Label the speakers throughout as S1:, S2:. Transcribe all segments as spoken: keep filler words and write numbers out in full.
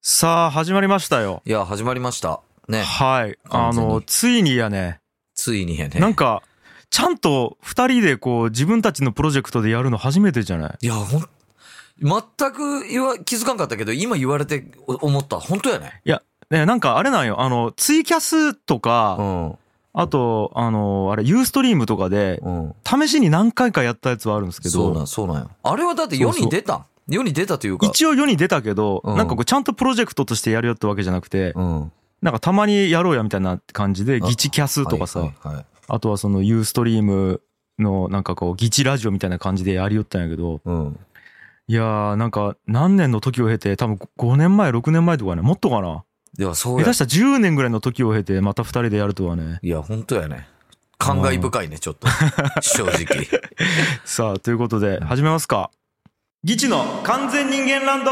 S1: さあ始まりましたよ。
S2: いや始まりましたね。
S1: はい。あのついにやね。
S2: ついにやね。
S1: なんかちゃんと二人でこう自分たちのプロジェクトでやるの初めてじゃない？
S2: いやほん全く言わ気づかんかったけど今言われて思った。本当やね。
S1: いやね、なんかあれなんよ。あのツイキャスとか、
S2: うん、
S1: あとあのあれユーストリームとかで、うん、試しに何回かやったやつはあるんですけど。
S2: そうなんそうなんよ。あれはだって世に出たん。そうそう世に出たというか
S1: 一応世に出たけど、うん、なんかこうちゃんとプロジェクトとしてやるよってわけじゃなくて、うん、なんかたまにやろうやみたいな感じでギチキャスとかさ、あ,、はいはいはい、あとはそのユーストリームのなんかこうギチラジオみたいな感じでやりよったんやけど、うん、いやーなんか何年の時を経て多分ごねんまえろくねんまえとかね、もっとかな、
S2: いやそうや
S1: 下手したらじゅうねんぐらいの時を経てまたふたりでやるとはね。
S2: いや本当やね、感慨深いねちょっと正直
S1: さあということで始めますか。ギチの完全人間ランド。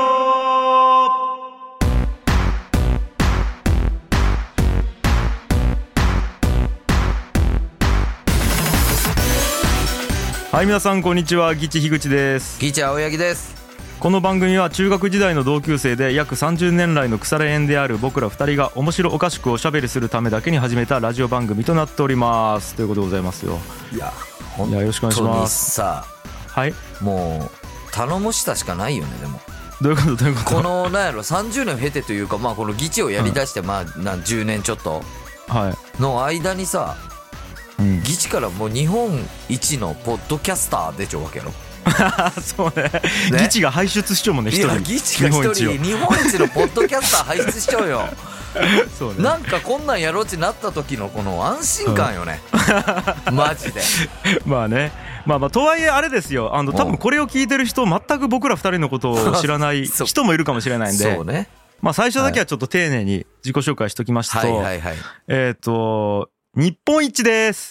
S1: はい、皆さんこんにちは。ギチ樋口です。
S2: ギチ青柳です。
S1: この番組は中学時代の同級生で約さんじゅうねん来の腐れ縁である僕らふたりが面白おかしくおしゃべりするためだけに始めたラジオ番組となっておりますということでございますよ。
S2: いや
S1: 本当によろしくお願いします。
S2: さ
S1: はい、も
S2: う頼もしさしかないよね。でも
S1: どういうことどういうこと。
S2: このなんやろさんじゅうねん経てというか、まあこのギチをやりだしてまあなじゅうねんちょっとの間にさ、うん、ギチからもう日本一のポッドキャスター出ちゃうわけやろ
S1: そうね、ね、ギチが輩出しちゃうもんね。一人
S2: いやギチが一人日本一のポッドキャスター輩出しちゃうよそうね、なんかこんなんやろうってなった時のこの安心感よね、うん、マジで
S1: まあね、まあまあとはいえあれですよ、あの多分これを聞いてる人全く僕らふたりのことを知らない人もいるかもしれないんで、そうね、まあ最初だけはちょっと丁寧に自己紹介しときますと、はいはいはい、えっと日本一です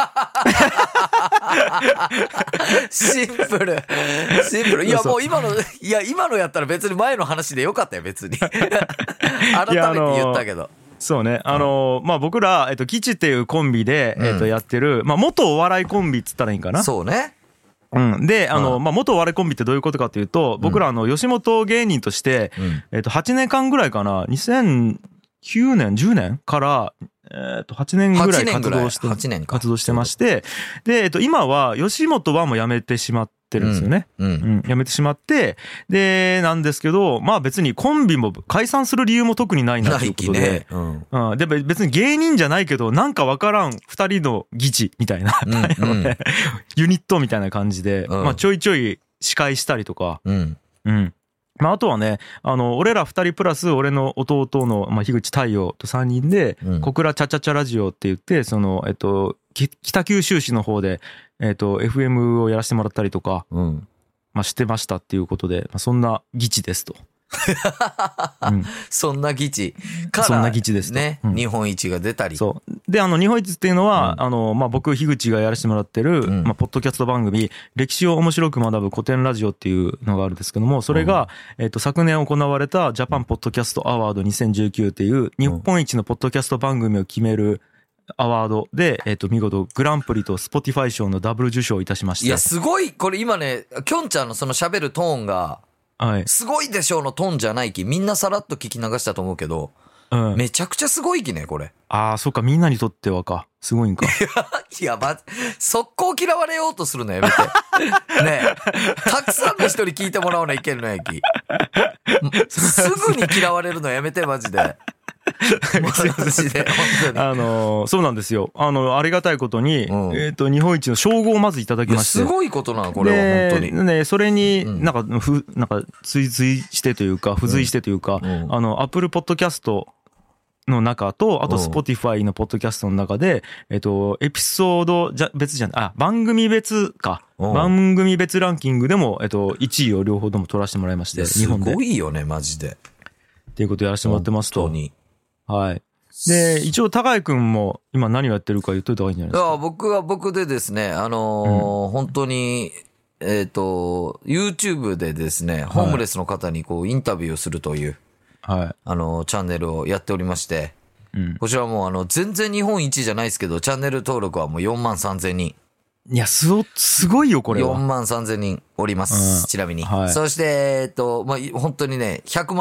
S2: シンプルシンプル。いやもう今のいや今のやったら別に前の話でよかったよ別に改めて言ったけど。
S1: そうね、あのー、まあ僕ら、えっと、ギチっていうコンビで、えっと、やってる、まあ元お笑いコンビっつったらいいんかな。
S2: そうね。
S1: うん、で、あの、まあ、元お笑いコンビってどういうことかというと、僕らあの、吉本芸人として、えっと、はちねんかんぐらいかな、にせんきゅうねん、じゅうねんから、えっと、はちねんぐらい活動して、活動してまして、で、えっと、今は、吉本はもう辞めてしまってるんですよね。うん。うん、辞めてしまって、で、なんですけど、まあ別にコンビも解散する理由も特にないなということで、ね、うん。うん。で、別に芸人じゃないけど、なんかわからん二人のギチみたいな、うんうん、ユニットみたいな感じで、うん、まあちょいちょい司会したりとか、うん。うん。まあ、あとはね、あの、俺ら二人プラス、俺の弟の、まあ、樋口太陽と三人で、うん、小倉チャチャチャラジオって言って、その、えっと、北九州市の方で、えっと、エフエム をやらせてもらったりとか、うん、まあ、してましたっていうことで、まあ、そんなギチですと。
S2: うん、そんなギチから
S1: そんなギチです
S2: ね、うん、日本一が出たり。
S1: そうで、あの日本一っていうのは、うん、あのまあ僕樋口がやらせてもらってる、うん、まあポッドキャスト番組歴史を面白く学ぶ古典ラジオっていうのがあるんですけども、それが、うん、えっと昨年行われたジャパンポッドキャストアワードにせんじゅうきゅうっていう日本一のポッドキャスト番組を決めるアワードで、えっと見事グランプリとスポティファイ賞のダブル受賞いたしました。
S2: いやすごい、これ今ねきょんちゃんのその喋るトーンがはい、すごいでしょうのトーンじゃないき、みんなさらっと聞き流したと思うけど、うん、めちゃくちゃすごいきねこれ。
S1: ああそっか、みんなにとってはかすごいんか。
S2: いやま速攻嫌われようとするのやめてねえ、たくさんの人に聞いてもらわないけんのやきすぐに嫌われるのやめてマジでマジで本当に
S1: あのー、そうなんですよ。あのありがたいことに、うん、えっ、ー、と日本一の称号をまずいただきまして、
S2: すごいことなのこれは本当に
S1: ね。それになんか、うん、ふなんか追随してというか付随してというか、うん、あの Apple Podcast の中とあと Spotify のポッドキャストの中で、えっとエピソードじゃ別じゃないあ番組別か番組別ランキングでもえっといちいを両方とも取らせてもらいまして、日本です
S2: ごいよねマジで
S1: っていうことをやらせてもらってますと。本当にはい。で一応高井くんも今何をやってるか言っといた方がいいんじゃないですか。
S2: いや僕は僕でですね、あのーうん、本当にえっと YouTube でですね、ホームレスの方にこうインタビューをするという、はい、あのチャンネルをやっておりまして、うん、こちらもうあの全然日本一じゃないですけどチャンネル登録はもうよんまんさんぜんにん。
S1: いやすごすごいよこれは。
S2: よんまんさんぜんにんおります、うん、ちなみに、はい、そしてえっとまあ本当にねひゃくまん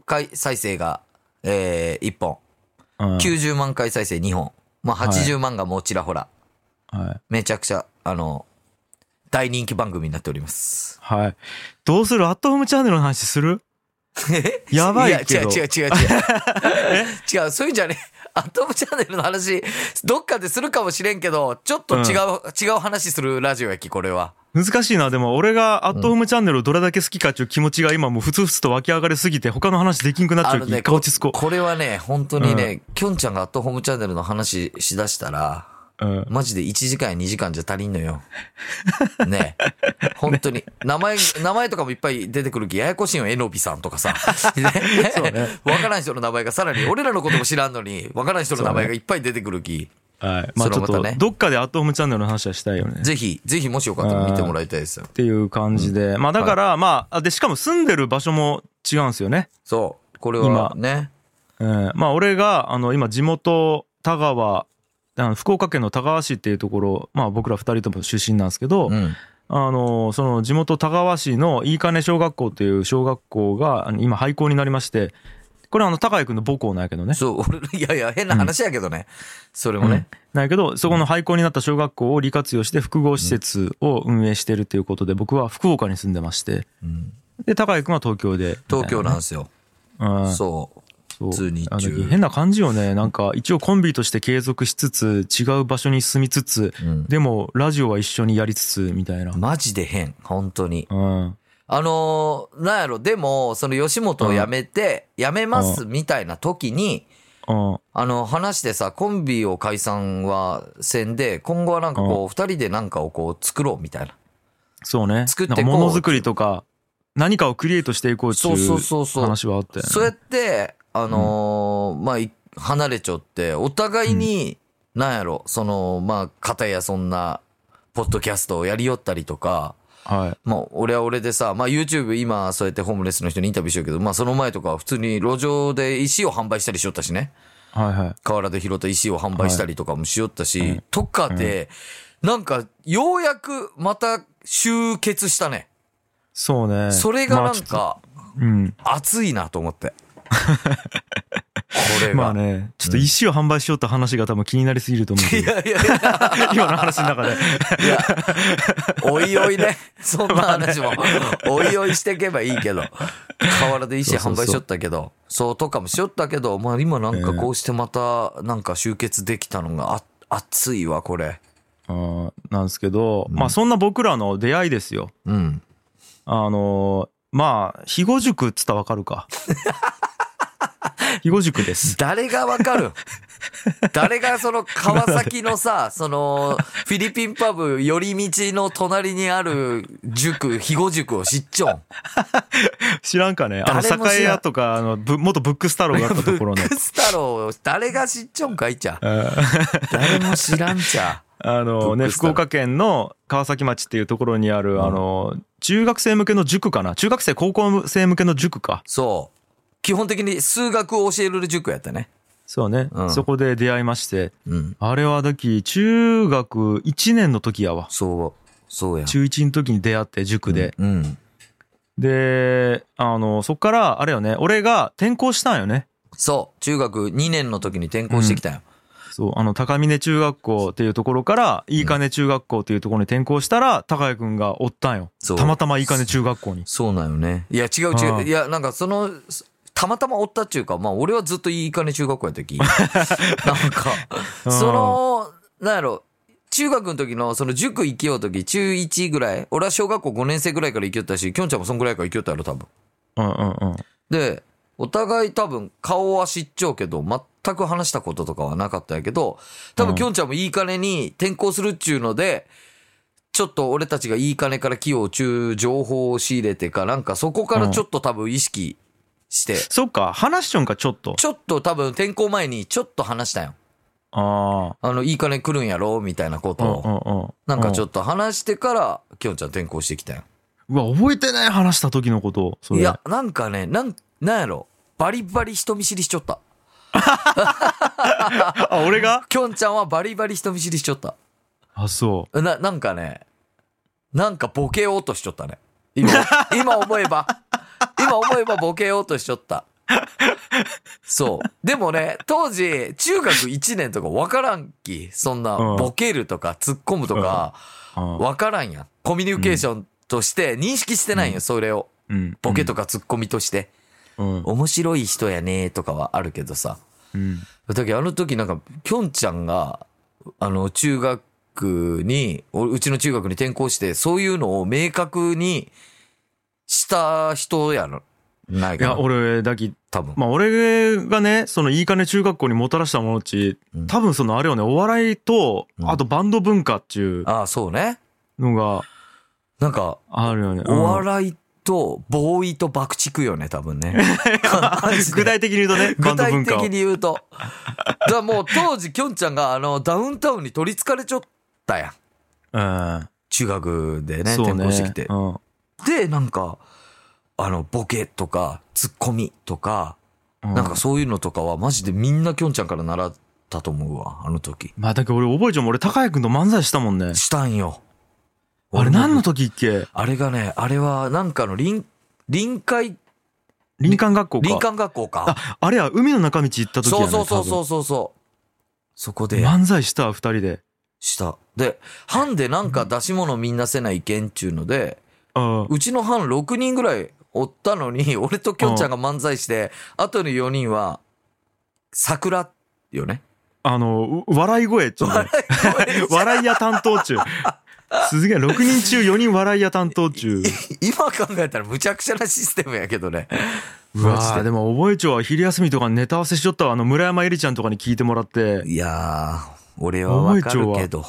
S2: 回再生が、えー、いっぽん、うん、きゅうじゅうまん回再生にほん、まあ、はちじゅうまんがもうちらほら、はい、めちゃくちゃあの大人気番組になっております。
S1: はい。どうする？アットホームチャンネルの話する？やばいけど。
S2: いや違う違う違う違う違う、そういうんじゃねえ。アットホームチャンネルの話どっかでするかもしれんけど、ちょっと違う、うん、違う話するラジオやき、これは。
S1: 難しいな。でも俺がアットホームチャンネルをどれだけ好きかっていう気持ちが今もうふつふつと湧き上がりすぎて他の話できんくなっちゃうき、
S2: ね、
S1: 落ち着こ
S2: う。これはね本当にね、うん、きょんちゃんがアットホームチャンネルの話しだしたら、うん、マジでいちじかんやにじかんじゃ足りんのよ。ねえ。本当に。名前、名前とかもいっぱい出てくるき、ややこしいよ、えのびさんとかさ。ね。そうね。わからん人の名前がさらに、俺らのことも知らんのに、わからん人の名前がいっぱい出てくるき。
S1: はい。まあちょっと、どっかでアットホームチャンネルの話はしたいよね。
S2: ぜひ、ぜひもしよかったら見てもらいたいですよ。
S1: っていう感じで。うん、まあだから、はい、まあ、で、しかも住んでる場所も違うんですよね。
S2: そう。これはね。
S1: 今、えー、まあ俺が、あの、今地元、田川、福岡県の田川市っていうところ、まあ僕ら二人とも出身なんですけど、うん、あの、その地元田川市のいいかね小学校っていう小学校が今廃校になりまして、これはあの高井君の母校なんやけどね。
S2: そう、俺、いやいや、変な話やけどね。うん、それもね。
S1: うん、なんやけど、そこの廃校になった小学校を利活用して複合施設を運営してるっていうことで、僕は福岡に住んでまして、うん、で、高井君は東京で、ね。
S2: 東京なんですよ。うん、そう。普通に
S1: 変な感じよね。なんか一応コンビとして継続しつつ違う場所に住みつつ、うん、でもラジオは一緒にやりつつみたいな。
S2: マジで変本当に、うん、あのー、なんやろ、でもその吉本を辞めて、うん、辞めますみたいな時に、うん、あの話してさ、コンビを解散はせんで今後はなんかこう二、うん、人でなんかをこう作ろうみたいな。
S1: そうね。作ってこうものづくりとか何かをクリエイトしていこうっていう話はあったよね。
S2: そうやってあのーうん、まあ離れちゃってお互いに、うん、なんやろ、そのまあ片やそんなポッドキャストをやりよったりとか、はい、まあ俺は俺でさ、まあ YouTube 今そうやってホームレスの人にインタビューしようけど、まあその前とかは普通に路上で石を販売したりしよったしね、はいはい、河原で拾った石を販売したりとかもしよったし、はい、とかで、うん、なんかようやくまた集結したね。
S1: そうね。
S2: それがなんか、まあうん、熱いなと思って。これが
S1: まあね、ちょっと石を販売しようって話が多分気になりすぎると思うけど、いやいやいや今の話の中で、いや
S2: おいおいね、そんな話もおいおいしていけばいいけど、河原で石販売しよったけど、そうそうそう、そうとかもしよったけど、まあ今なんかこうしてまたなんか集結できたのがあ熱いわこれ。
S1: あなんですけど、うん、まあそんな僕らの出会いですよ。うん。あのまあ肥後塾っつったらわかるか。肥後塾です。
S2: 誰がわかる？誰がその川崎のさ、そのフィリピンパブ寄り道の隣にある塾、肥後塾を知っちょん。
S1: 知らんかね。あの酒屋とかあの元ブックスタローがあったところの。
S2: ブックスタロー誰が知っちょんかいちゃ。誰も知らんちゃ。
S1: あのね、福岡県の川崎町っていうところにある、うん、あの中学生向けの塾かな、中学生高校生向けの塾か。
S2: そう。基本的に数学を教える塾やったね。
S1: そうね、うん、そこで出会いまして、うん、あれはだき中学いちねんの時やわ。
S2: そうそうや。
S1: 中いちの時に出会って塾で、うんうん、であのそっからあれよね、俺が転校したんよね。
S2: そう中学にねんの時に転校してきたよ、うん、
S1: そうあの高峰中学校っていうところからいいかね中学校っていうところに転校したら、高谷くんがおったんよ。たまたまいいかね中学校に。
S2: そうなんよね。いや違う違う、いやなんかそのたまたまおったっちゅうか、まあ俺はずっといいかね中学校やったきなんかそのなんやろ、中学の時のその塾行きよう時中いちぐらい、俺は小学校ごねん生ぐらいから行きよったし、きょんちゃんもそんぐらいから行きよったやろ多分。うんうんうん。でお互い多分顔は知っちゃうけど全く話したこととかはなかったんやけど、多分きょんちゃんもいいかねに転校するっちゅうので、ちょっと俺たちがいいかねから寄与中情報を仕入れてかなんか、そこからちょっと多分意識して、うん、
S1: そっか話しちょんか、ちょっと
S2: ちょっと多分転校前にちょっと話したよ。ああのいいかね来るんやろみたいなことを、うんうんうん、なんかちょっと話してからきょんちゃん転校してきたよ。
S1: うわ覚えてない、話した時のこと。それ
S2: いやなんかね、なんなんやろ、バリバリ人見知りしちょった
S1: あ俺が
S2: きょんちゃんはバリバリ人見知りしちょった。
S1: あそう
S2: な、なんかね、なんかボケようとしちょったね今今思えば今思えばボケようとしちょった。 そう。でもね、当時、中学いちねんとか分からんき。そんな、ボケるとか突っ込むとか、分からんやん。コミュニケーションとして認識してないよ、それを。ボケとか突っ込みとして。面白い人やねとかはあるけどさ。だけどあの時なんか、きょんちゃんが、あの、中学に、うちの中学に転校して、そういうのを明確にした人やの。ないかな。
S1: いや、俺、だき、
S2: 多分。
S1: まあ、俺がね、そのいいかね中学校にもたらしたものうち、うん、多分そのあれよね、お笑いと、あとバンド文化っていう。
S2: ああ、そうね。
S1: のが、
S2: なんか、
S1: あるよね。
S2: お笑いと、ボーイと爆竹よね、多分ね。
S1: 具体的に言うとね、
S2: 具体的に言うと。だからもう当時、きょんちゃんが、あの、ダウンタウンに取り憑かれちゃったやん。うん。中学でね、転校してきて。うん、で、なんか、あの、ボケとか、ツッコミとか、うん、なんかそういうのとかはマジでみんなきょんちゃんから習ったと思うわ、あの時。
S1: まあだけど俺覚えちゃうもん、俺高谷くんと漫才したもんね。
S2: したんよ。
S1: あれ何の時っけ？
S2: あれがね、あれはなんかの臨、臨海、
S1: 林間学校か。
S2: 林間学校か。
S1: あ、あれは海の中道行った時やね。
S2: そうそうそうそうそう。そこで。
S1: 漫才した二人で。
S2: した。で、班でなんか出し物みんなせないけんちゅうので、うん、うちの班ろくにんぐらいおったのに、俺ときょんちゃんが漫才して、あとのよにんは、桜よね。
S1: あの、笑い声っちゅう、ね。笑い声。笑い屋担当中。すげえ、ろくにん中よにん笑い屋担当中。
S2: 今考えたらむちゃくちゃなシステムやけどね。
S1: うわー、でも覚えちゃうわ。昼休みとかネタ合わせしちゃったわ。あの、村山えりちゃんとかに聞いてもらって。
S2: いやー、俺はわかるけど。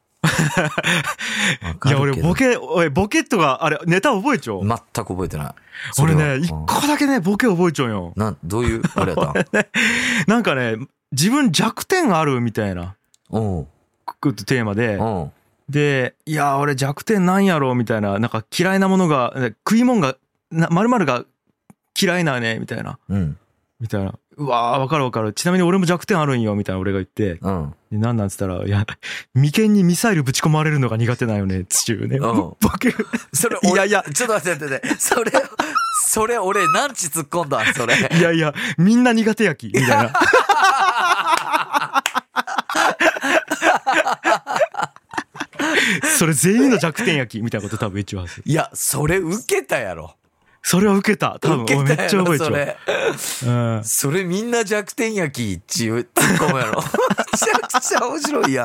S1: いや、俺、ボケ、おい、ボケとか、あれ、ネタ覚えちゃう？
S2: 全く覚えてない。
S1: 俺ね、一個だけね、ボケ覚えちゃうよ。
S2: なん、どういう、あれやったん？
S1: なんかね、自分弱点あるみたいな。うん。テーマで。うん。で、いや、俺弱点なんやろみたいな、なんか嫌いなものが、食い物が、まるまるが嫌いなね、みたいな。うん。みたいな。うわー、わかるわかる。ちなみに俺も弱点あるんよ、みたいな俺が言って。うん。で、なんなんつったら、いや、眉間にミサイルぶち込まれるのが苦手なんよね、つちゅうね。うん。僕、
S2: それ、いやいや、ちょっと待って待って、それ、それ俺何ち突っ込んだそれ。
S1: いやいや、みんな苦手やき、みたいな。それ全員の弱点やきみたいなこと多分一応はず。
S2: いや、それ受けたやろ。
S1: それは受けた。多分めっちゃ覚えちゃう。
S2: それ、うん、それみんな弱点やきっていうツッコミやろ。めちゃくちゃ面白いやん。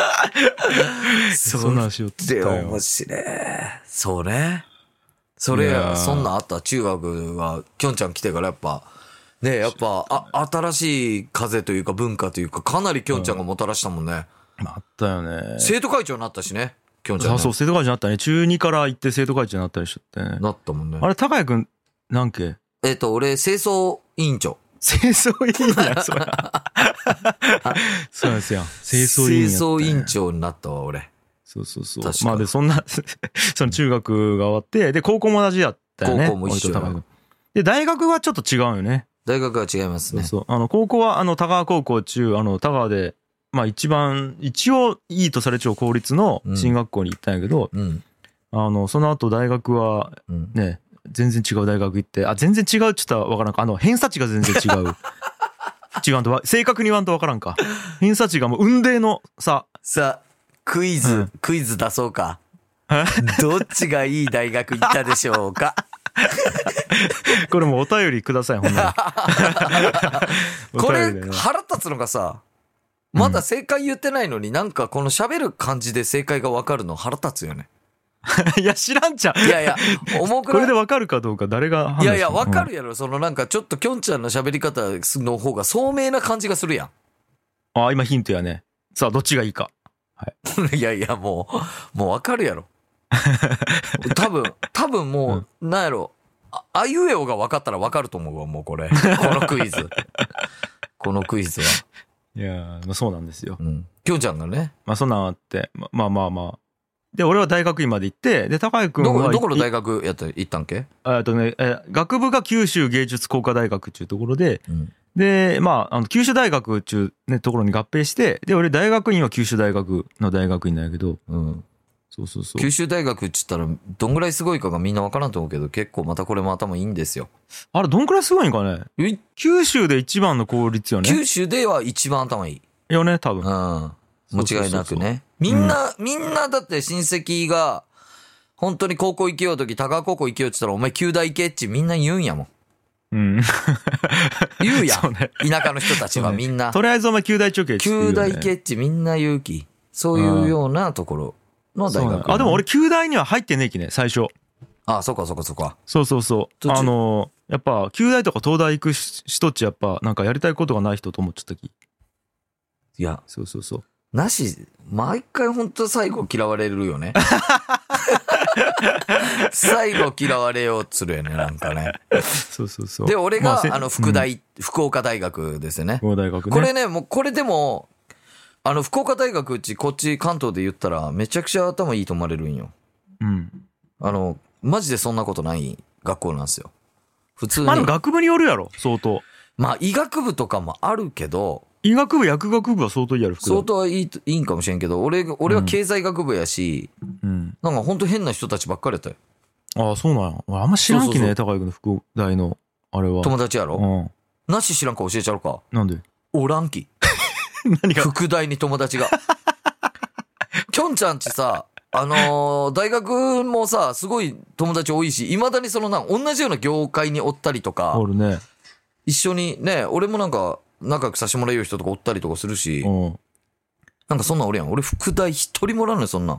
S1: そんなんしよって
S2: たよ。面白い。そうね。それや、そんなんあった。中学はきょんちゃん来てからやっぱね、やっぱあ新しい風というか文化というかかなりきょんちゃんがもたらしたもんね。
S1: うん、あったよね。
S2: 生徒会長になったしね。きょんちゃん、ね。
S1: そうそう、生徒会長になったね。中にから行って生徒会長になったりしちゃってね。
S2: なったもんね。
S1: あれ、高谷くん、なんけ
S2: えっ、ー、と、俺、清掃委員長。
S1: 清掃委員や、それ。そうなんですよ。清掃委員、ね。
S2: 清掃委員長になったわ、俺。
S1: そうそうそう。まあで、そんな、その中学が終わって、で、高校も同じやったよね。
S2: 高校も一緒だ。
S1: で、大学はちょっと違うよね。
S2: 大学は違いますね。
S1: そうそう。あの、高校は、あの、田川高校中、あの、田川で、まあ一番、一応いいとされちゃう公立の進学校に行ったんやけど、うん、あの、その後大学はね、うん、全然違う大学行って、あ、全然違うって言ったらわからんか。あの、偏差値が全然違う。違うんと、正確に言わんとわからんか。偏差値がもう雲泥の差。
S2: さあ、クイズ、うん、クイズ出そうか。どっちがいい大学行ったでしょうか。
S1: これもお便りください、ほんなら。
S2: これ、腹立つのがさ、まだ正解言ってないのに、なんかこの喋る感じで正解が分かるの腹立つよね。
S1: いや、知らんちゃう。
S2: いやいや、重くない？
S1: これで分かるかどうか誰が判断する？
S2: いやいや、分かるやろ。そのなんかちょっときょんちゃんの喋り方の方が聡明な感じがするやん。
S1: ああ、今ヒントやね。さあ、どっちがいいか。
S2: はい。いやいや、もう、もう分かるやろ。多分、多分もう、うん、なんやろ。あ、あいうえおが分かったら分かると思うわ、もうこれ。このクイズ。このクイズは。
S1: いやー、まあ、そうなんですよ。
S2: うん。きょんちゃんがね。
S1: まあそんなんあって、ま、まあまあまあ。で、俺は大学院まで行って、で、高井くんは。
S2: どこ、どこの大学やった、行ったんけ？
S1: えっとね、え、学部が九州芸術工科大学っていうところで、うん、で、まあ、あの、九州大学っていうね、ところに合併して、で、俺大学院は九州大学の大学院なんやけど、うん。 そうそうそう。
S2: 九州大学って言ったら、どんぐらいすごいかがみんなわからんと思うけど、結構またこれも頭いいんですよ。
S1: あれ、どんくらいすごいんかね。九州で一番の効率よね。
S2: 九州では一番頭いい。
S1: よね、多分。
S2: うん。間違いなくね。みんな、うん、みんなだって親戚が、本当に高校行けようとき、田川高校行けようって言ったら、お前九大行けっちみんな言うんやもん。うん。言うやん。ね、田舎の人たちはみんな。
S1: ね、とりあえずお前九大直系っち、ね。
S2: 九大行けっちみんな言うき。そういうようなところの大学、ね。
S1: あ、でも俺九大には入ってねえきね、最初。
S2: ああ、そっかそっかそっか。
S1: そうそうそう。あの、やっぱ九大とか東大行く人っちやっぱなんかやりたいことがない人と思っちゃったき。
S2: いや。
S1: そうそうそう。
S2: なし、毎回ほんと最後嫌われるよね。最後嫌われようとするよね、なんかね。
S1: そうそうそう。
S2: で、俺が、まあ、あの、福大、うん、福岡大学ですよね。
S1: 福岡大学ね。
S2: これね、もう、これでも、あの、福岡大学うち、こっち関東で言ったら、めちゃくちゃ頭いいと思われるんよ。うん。あの、マジでそんなことない学校なんですよ。普通に。
S1: まあ、学部によるやろ、相当。
S2: まあ、医学部とかもあるけど、
S1: 医学部、薬学部は相当いいやろ、
S2: 相当はいい、いいんかもしれんけど、俺、俺は経済学部やし、うん。なんかほんと変な人たちばっかりやったよ。
S1: ああ、そうなんや。俺あんま知らんきね、高井君の福大の、あれは。
S2: 友達やろうん。なし知らんか教えちゃうか。
S1: なんで
S2: おらんき。何が福大に友達が。きょんちゃんちさ、あのー、大学もさ、すごい友達多いし、未だにそのな、同じような業界におったりとか、
S1: おるね。
S2: 一緒にね、俺もなんか、仲良くさせてもらえる人とかおったりとかするし、なんかそんなん俺やん。俺福大一人もらうのよ、そんなん。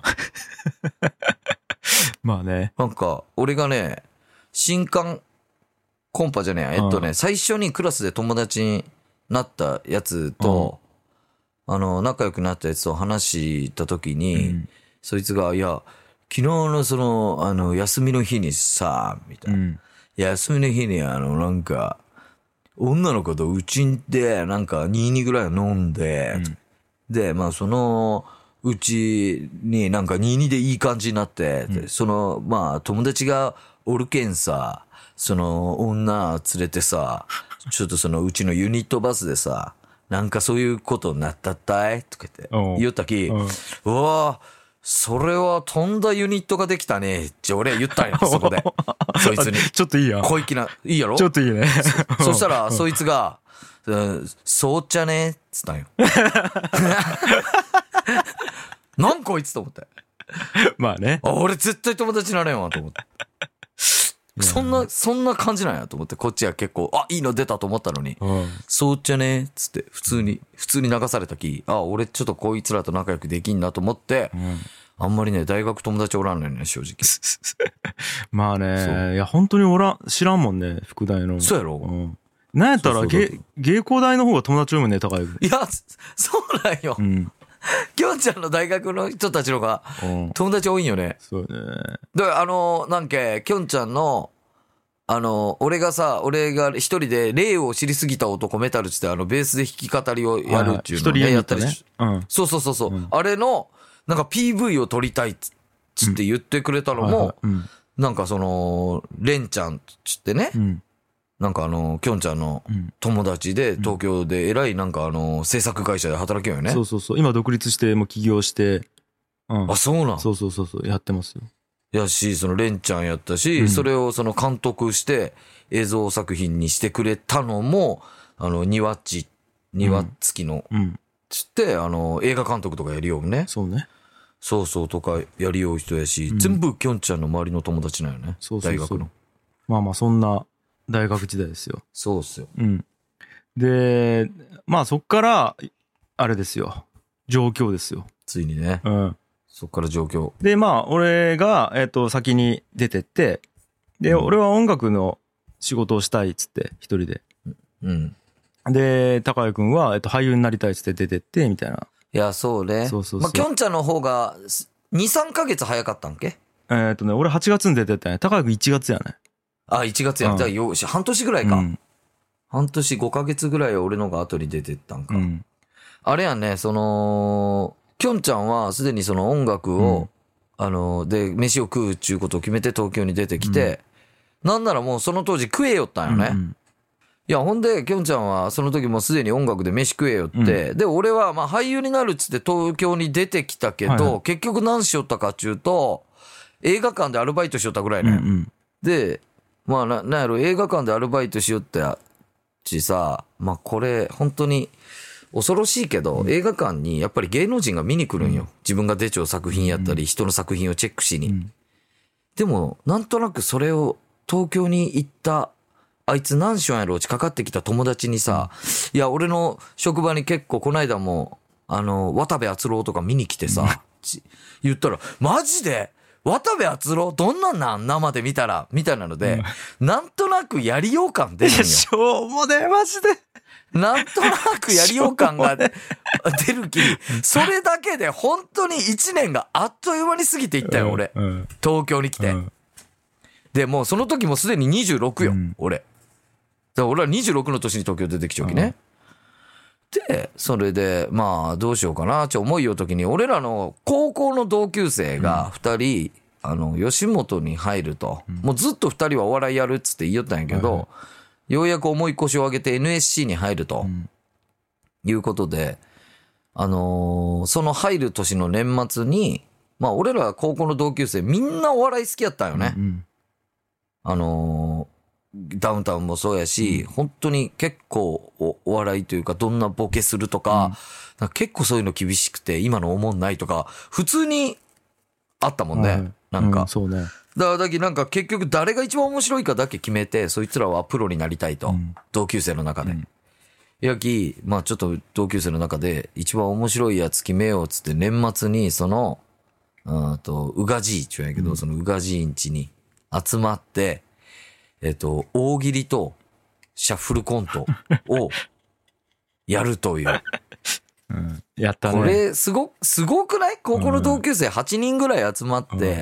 S1: まあね。
S2: なんか、俺がね、新刊コンパじゃねえ、えっとね、最初にクラスで友達になったやつと、あの、仲良くなったやつと話した時に、うん、そいつが、いや、昨日のその、あの、休みの日にさ、みたいな。うん、休みの日に、あの、なんか、女の子とうちんで、なんか、に、にぐらい飲んで、うん、で、まあ、その、うちになんかに、にでいい感じになって、うん、その、まあ、友達がおるけんさ、その、女連れてさ、ちょっとその、うちのユニットバスでさ、なんかそういうことになったったいとか言って、言ったき、うわぁ、それは飛んだユニットができたねって俺は言ったんや、そこで。そいつに。
S1: ちょっといいや。
S2: 小粋な、いいやろ
S1: ちょっといいね。
S2: そ, そしたら、そいつが、うん、そうっちゃねっつったんよ。なんこいつと思って。
S1: まあね。
S2: あ、俺絶対友達になれんわと思って。そんな、そんな感じなんやと思って、こっちは結構、あ、いいの出たと思ったのに、うん、そうっちゃねっつって、普通に、普通に流されたき、あ、俺ちょっとこいつらと仲良くできんなと思って、うん、あんまりね、大学友達おらんのよね、正直。
S1: まあね、いや、本当におらん、知らんもんね、副大の。
S2: そうやろ、うん、
S1: なんやったら、芸工大の方が友達多いもんね、高い。
S2: いや、そうなんよ。うんきょんちゃんの大学の人たちのが友達多いんよね。
S1: そうね。
S2: だからあの、なんけ、きょんちゃんの、あの、俺がさ、俺が一人で霊を知りすぎた男メタルっつってあの、ベースで弾き語りをやるっていうのをね、やったりし、うん、そうそうそうそう、うん、あれの、なんか ピーブイ を撮りたいっつって言ってくれたのも、うん、なんかその、レンちゃんっつってね、うんなんかあの、きょんちゃんの友達で、東京で偉いなんかあの、制作会社で働けよね。
S1: そうそうそう。今独立して、もう起業して、
S2: うん。あ、そうなん
S1: そうそうそうそう。やってますよ。
S2: やし、そのレンちゃんやったし、うん、それをその監督して映像作品にしてくれたのも、あの、庭っち、庭付きの、うん。つって、あの、映画監督とかやりようね。
S1: そうね。
S2: そうそうとかやりよう人やし、うん、全部きょんちゃんの周りの友達なんよね。そうそうそう。大学の。
S1: まあまあ、そんな、大学時代ですよ。
S2: そうっすよ。
S1: うん。で、まあそっから、あれですよ。上京ですよ。
S2: ついにね。
S1: うん。
S2: そっから上京。
S1: で、まあ俺が、えっと、先に出てって、で、うん、俺は音楽の仕事をしたいっつって、一人で。うん。で、高谷くんは、えっと、俳優になりたいっつって出てって、みたいな。
S2: いや、そうね。
S1: そうそうそう。
S2: まあ、きょんちゃんの方が、に、さんかげつ早かったんけ
S1: えっとね、俺はちがつに出てったね。高谷くんいちがつやね。
S2: あ、いちがつやったらよし、半年ぐらいか。うん、半年ごかげつぐらい俺のが後に出てったんか。うん、あれやね、その、きょんちゃんはすでにその音楽を、うん、あの、で、飯を食うっていうことを決めて東京に出てきて、うん、なんならもうその当時食えよったんよね。うんうん、 いや、ほんで、きょんちゃんはその時もすでに音楽で飯食えよって。うん、で、俺はまあ俳優になるっつって東京に出てきたけど、はいはい、結局何しよったかっちゅうと、映画館でアルバイトしよったぐらいね。うんうん、で、まあな、なんやろ、映画館でアルバイトしよったしさ、まあこれ、本当に恐ろしいけど、うん、映画館にやっぱり芸能人が見に来るんよ。うん、自分が出ちゃう作品やったり、人の作品をチェックしに。うん、でも、なんとなくそれを東京に行った、あいつ何しよんやろうちかかってきた友達にさ、いや、俺の職場に結構この間も、あの、渡部篤郎とか見に来てさ、言ったら、マジで渡部篤郎どんなんなん生で見たらみたいなので、うん、なんとなくやりよう感出るんよ。
S1: しょうもね、マジで。
S2: なんとなくやりよう感が出るきり、それだけで本当にいちねんがあっという間に過ぎていったよ、俺。うん、東京に来て。うん、で、もうその時もすでににじゅうろくよ、うん、俺。だから俺はにじゅうろくの年に東京出てきちゃうきね。うん、で、それで、まあ、どうしようかな、ちょ、思いようときに、俺らの高校の同級生がふたり、うん、あの、吉本に入ると、うん、もうずっとふたりはお笑いやるっつって言いよったんやけど、うん、ようやく重い腰を上げて エヌエスシー に入ると、うん、いうことで、あのー、その入る年の年末に、まあ、俺ら高校の同級生みんなお笑い好きやったんよね。うん、あのー、ダウンタウンもそうやし、うん、本当に結構 お, お笑いというかどんなボケするとか、うん、なんか結構そういうの厳しくて今の思んないとか普通にあったもんね、はい、なんか、
S1: うん、そうね。
S2: だからだけなんか結局誰が一番面白いかだけ決めてそいつらはプロになりたいと、うん、同級生の中で、うん、やきまあちょっと同級生の中で一番面白いやつ決めようっつって年末にそのうんとうがじいっちゅうんやけど、うん、そのうがじいんちに集まってえっと、大喜利とシャッフルコントをやるという。
S1: うん、やったね。
S2: これ、すご、すごくない？高校の同級生はちにんぐらい集まって、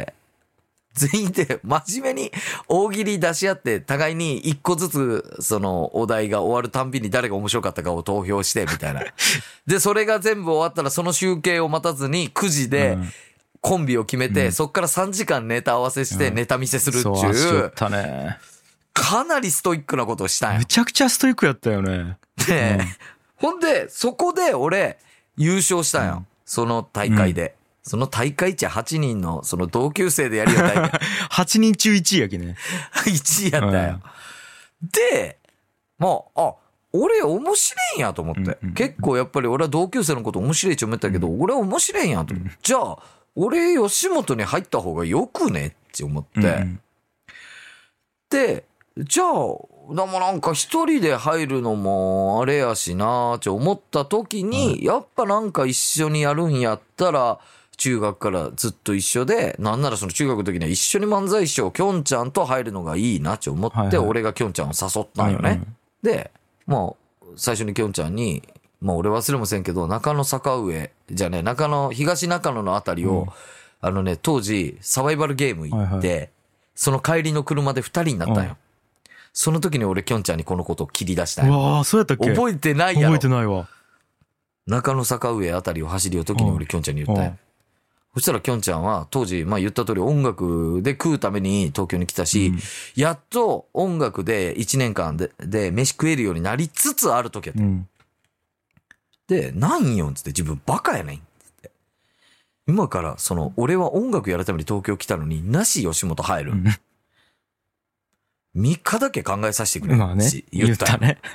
S2: うん、全員で真面目に大喜利出し合って、互いにいっこずつ、そのお題が終わるたんびに誰が面白かったかを投票して、みたいな。で、それが全部終わったら、その集計を待たずにくじで、うんコンビを決めて、うん、そっからさんじかんネタ合わせしてネタ見せするっていう。うん、
S1: そうやったね。
S2: かなりストイックなことをしたんや。
S1: めちゃくちゃストイックやったよね。
S2: で、うん、ほんで、そこで俺、優勝したんよ。うん、その大会で。うん、その大会っちゃはちにんの、その同級生でやるよ大会。
S1: はちにん中いちいやけね。
S2: いちいやったよ。うん、で、もう、あ、俺面白いんやと思って。うんうん、結構やっぱり俺は同級生のこと面白いって思ったけど、うん、俺面白いんやと思って。うん、じゃあ、俺吉本に入った方がよくねって思って。うんうん、で、じゃあ、でもなんか一人で入るのもあれやしなーって思った時に、うん、やっぱなんか一緒にやるんやったら、中学からずっと一緒で、なんならその中学の時には一緒に漫才師をきょんちゃんと入るのがいいなって思って、はいはい、俺がきょんちゃんを誘ったんよね。うんうん、で、もう最初にきょんちゃんに、まあ俺忘れもせんけど、中野坂上、じゃね、中野、東中野のあたりを、うん、あのね、当時サバイバルゲーム行って、はいはい、その帰りの車で二人になったんよ。うん、その時に俺きょんちゃんにこのことを切り出したんよ。
S1: うわー、そうやったっけ？
S2: 覚えてないやろ。
S1: 覚えてないわ。
S2: 中野坂上あたりを走りよ時に俺きょんちゃんに言ったんよ。そしたらきょんちゃんは当時、まあ言った通り音楽で食うために東京に来たし、うん、やっと音楽でいちねんかんで、で飯食えるようになりつつある時やった。うん、で、なんよんつって自分バカやねんつって。今からその俺は音楽やるために東京来たのになし吉本入る。うん、みっかだけ考えさせてくれって、まあね、言った。言ったね。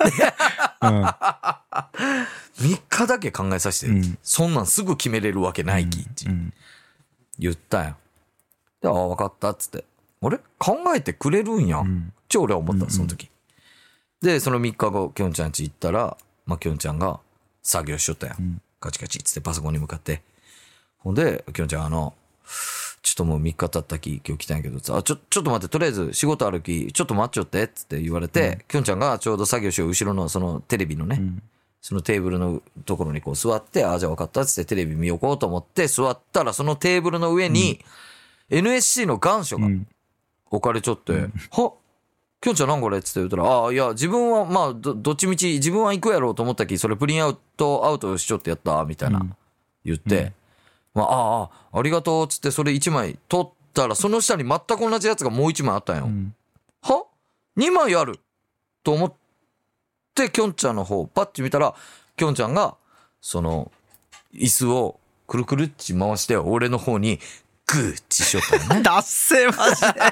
S2: みっかだけ考えさせて、うん、そんなんすぐ決めれるわけないきって、うん、言ったよ。で、ああ、分かったっつって。あれ考えてくれるんや。うん、ちょ、俺は思った、その時。うんうん、で、そのみっかご、きょんちゃん家行ったら、まあ、きょんちゃんが作業しとったよ。うん、カチカチっつってパソコンに向かって。ほんで、きょんちゃんあの、ちょっともうみっか経ったき、今日来たんやけどさ、ちょ、ちょっと待って、とりあえず仕事あるき、ちょっと待っちゃってっつって言われて、うん、きょんちゃんがちょうど作業しよう後ろのそのテレビのね、うん、そのテーブルのところにこう座って、ああ、じゃあ分かったっつってテレビ見ようと思って座ったら、そのテーブルの上に エヌエスシー の願書が置かれちゃって、うん、はきょんちゃんなんこれっつって言ったら、ああ、いや、自分はまあ、ど、どっちみち自分は行くやろうと思ったき、それプリンアウト、アウトしちょってやった、みたいな、言って、うんまあ、ああ、ありがとうっつってそれいちまい取ったら、その下に全く同じやつがもういちまいあったんよ。うん、は ?に 枚あると思っで、きょんちゃんの方、パッて見たら、きょんちゃんが、その、椅子をくるくるっち回して、俺の方に、グーッチしよったよね。
S1: ダッセーマジで。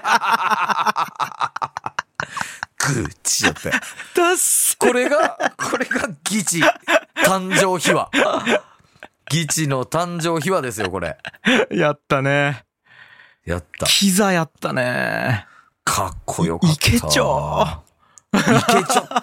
S2: グーッチしよって。
S1: ダッセー。
S2: これが、これがギチ誕生秘話。ギチの誕生秘話ですよ、これ。
S1: やったね。
S2: やった。
S1: キザやったね。
S2: かっこよかった。
S1: いけちょ
S2: いけちょった。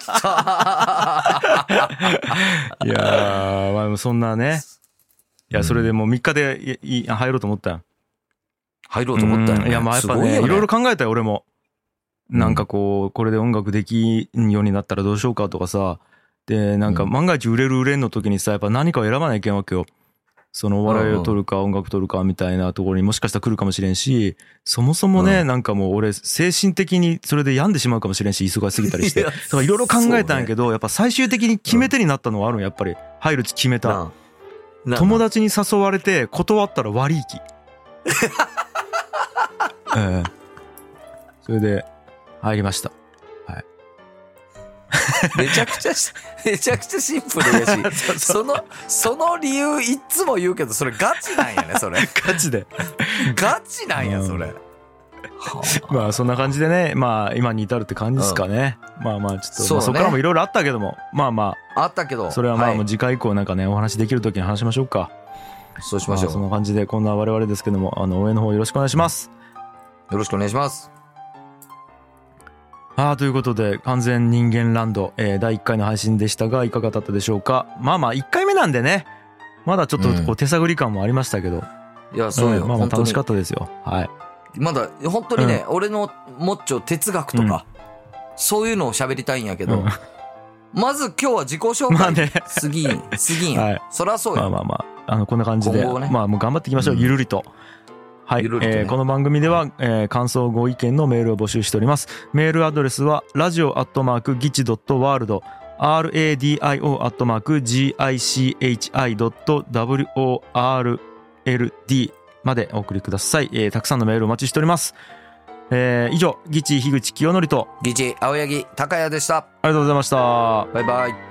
S1: いやー、まあ、そんなね。いや、それでもうみっかでいい入ろうと思ったよ。
S2: 入ろうと思ったよね。
S1: いや、まあやっぱね、いろいろ考えたよ、俺も。なんかこう、これで音楽できんようになったらどうしようかとかさ。で、なんか万が一売れる売れんの時にさ、やっぱ何かを選ばないといけんわけよ。そのお笑いを取るか音楽取るかみたいなところにもしかしたら来るかもしれんし、そもそもね、なんかもう俺精神的にそれで病んでしまうかもしれんし、忙しすぎたりして。だからいろいろ考えたんやけど、やっぱ最終的に決め手になったのはあるんやっぱり。入るって決めた。友達に誘われて断ったら割り行き。ええ。それで入りました。はい。
S2: めちゃくちゃめちゃくちゃシンプルやし、そのその理由いつも言うけど、それガチなんやね、それ。
S1: ガチで。
S2: ガチなんや、それ。
S1: まあそんな感じでね、まあ今に至るって感じですかね。うん、まあまあちょっと そ,、まあ、そこからもいろいろあったけども、まあまあ
S2: あったけど、
S1: それはまあもう次回以降なんかね、お話できる時に話しましょうか。
S2: そうしましょう。
S1: まあ、そんな感じでこんな我々ですけども、あの応援の方よろしくお願いします。
S2: よろしくお願いします。
S1: ああ、ということで完全人間ランド、えー、だいいっかいの配信でしたがいかがだったでしょうか。まあまあいっかいめなんでね、まだちょっとこう手探り感もありましたけど、
S2: うん、いやそうよ、うん、
S1: まあまあ楽しかったですよ。はい。
S2: まだ本当にね、うん、俺のもっちょ哲学とか、うん、そういうのを喋りたいんやけど、うん、まず今日は自己紹介、まあね、すぎんすぎん、はい、そらそうよ。
S1: まあまあまあ、あのこんな感じで、ね、まあもう頑張っていきましょう、うん、ゆるりと。はい、ね、えー、この番組では、えー、感想ご意見のメールを募集しております。メールアドレスはラジオアットマークギチドットワールド ラディオ アットマーク ジアイシーエイチアイドットワールド までお送りください。えー、たくさんのメールお待ちしております。えー、以上ギチ樋口清則と
S2: ギチ青柳高也でした。あ
S1: りがとうございました。
S2: バイバイ。